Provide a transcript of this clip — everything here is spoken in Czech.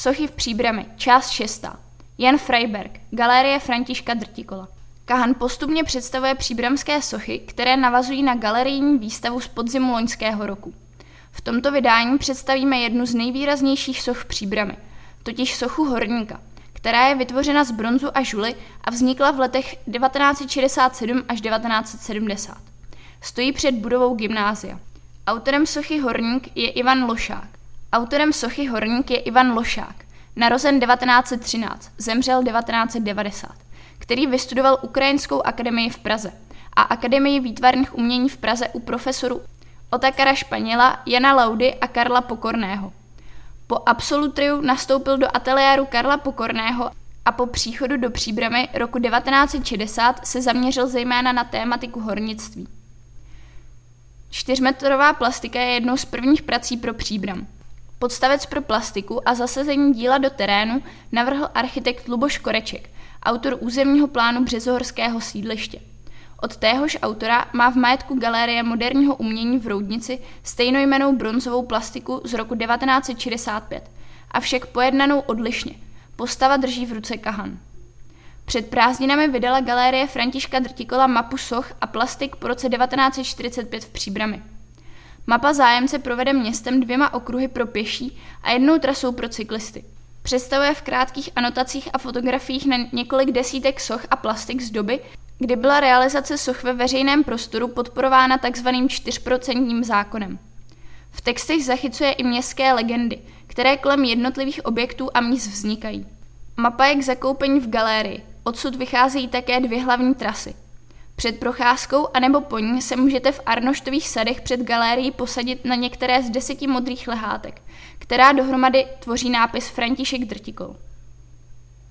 Sochy v Příbrami, část 6. Jan Freiberg, Galerie Františka Drtikola. Kahan postupně představuje příbramské sochy, které navazují na galerijní výstavu z podzimu loňského roku. V tomto vydání představíme jednu z nejvýraznějších soch v Příbrami, totiž sochu Horníka, která je vytvořena z bronzu a žuly a vznikla v letech 1967 až 1970. Stojí před budovou gymnázia. Autorem sochy Horník je Ivan Lošák, narozen 1913, zemřel 1990, který vystudoval Ukrajinskou akademii v Praze a Akademii výtvarných umění v Praze u profesorů Otakara Španěla, Jana Laudy a Karla Pokorného. Po absolutoriu nastoupil do ateliéru Karla Pokorného a po příchodu do Příbrami roku 1960 se zaměřil zejména na tématiku hornictví. 4metrová plastika je jednou z prvních prací pro Příbram. Podstavec pro plastiku a zasazení díla do terénu navrhl architekt Luboš Koreček, autor územního plánu březohorského sídliště. Od téhož autora má v majetku Galerie moderního umění v Roudnici stejnojmennou bronzovou plastiku z roku 1965, avšak pojednanou odlišně. Postava drží v ruce kahan. Před prázdninami vydala Galerie Františka Drtikola mapu soch a plastik po roce 1945 v Příbrami. Mapa zájemce provede městem 2 okruhy pro pěší a 1 trasou pro cyklisty. Představuje v krátkých anotacích a fotografiích na několik desítek soch a plastik z doby, kdy byla realizace soch ve veřejném prostoru podporována tzv. 4% zákonem. V textech zachycuje i městské legendy, které kolem jednotlivých objektů a míst vznikají. Mapa je k zakoupení v galerii, odsud vycházejí také 2 hlavní trasy. Před procházkou anebo po ní se můžete v Arnoštových sadech před galérií posadit na některé z 10 modrých lehátek, která dohromady tvoří nápis František Drtikol.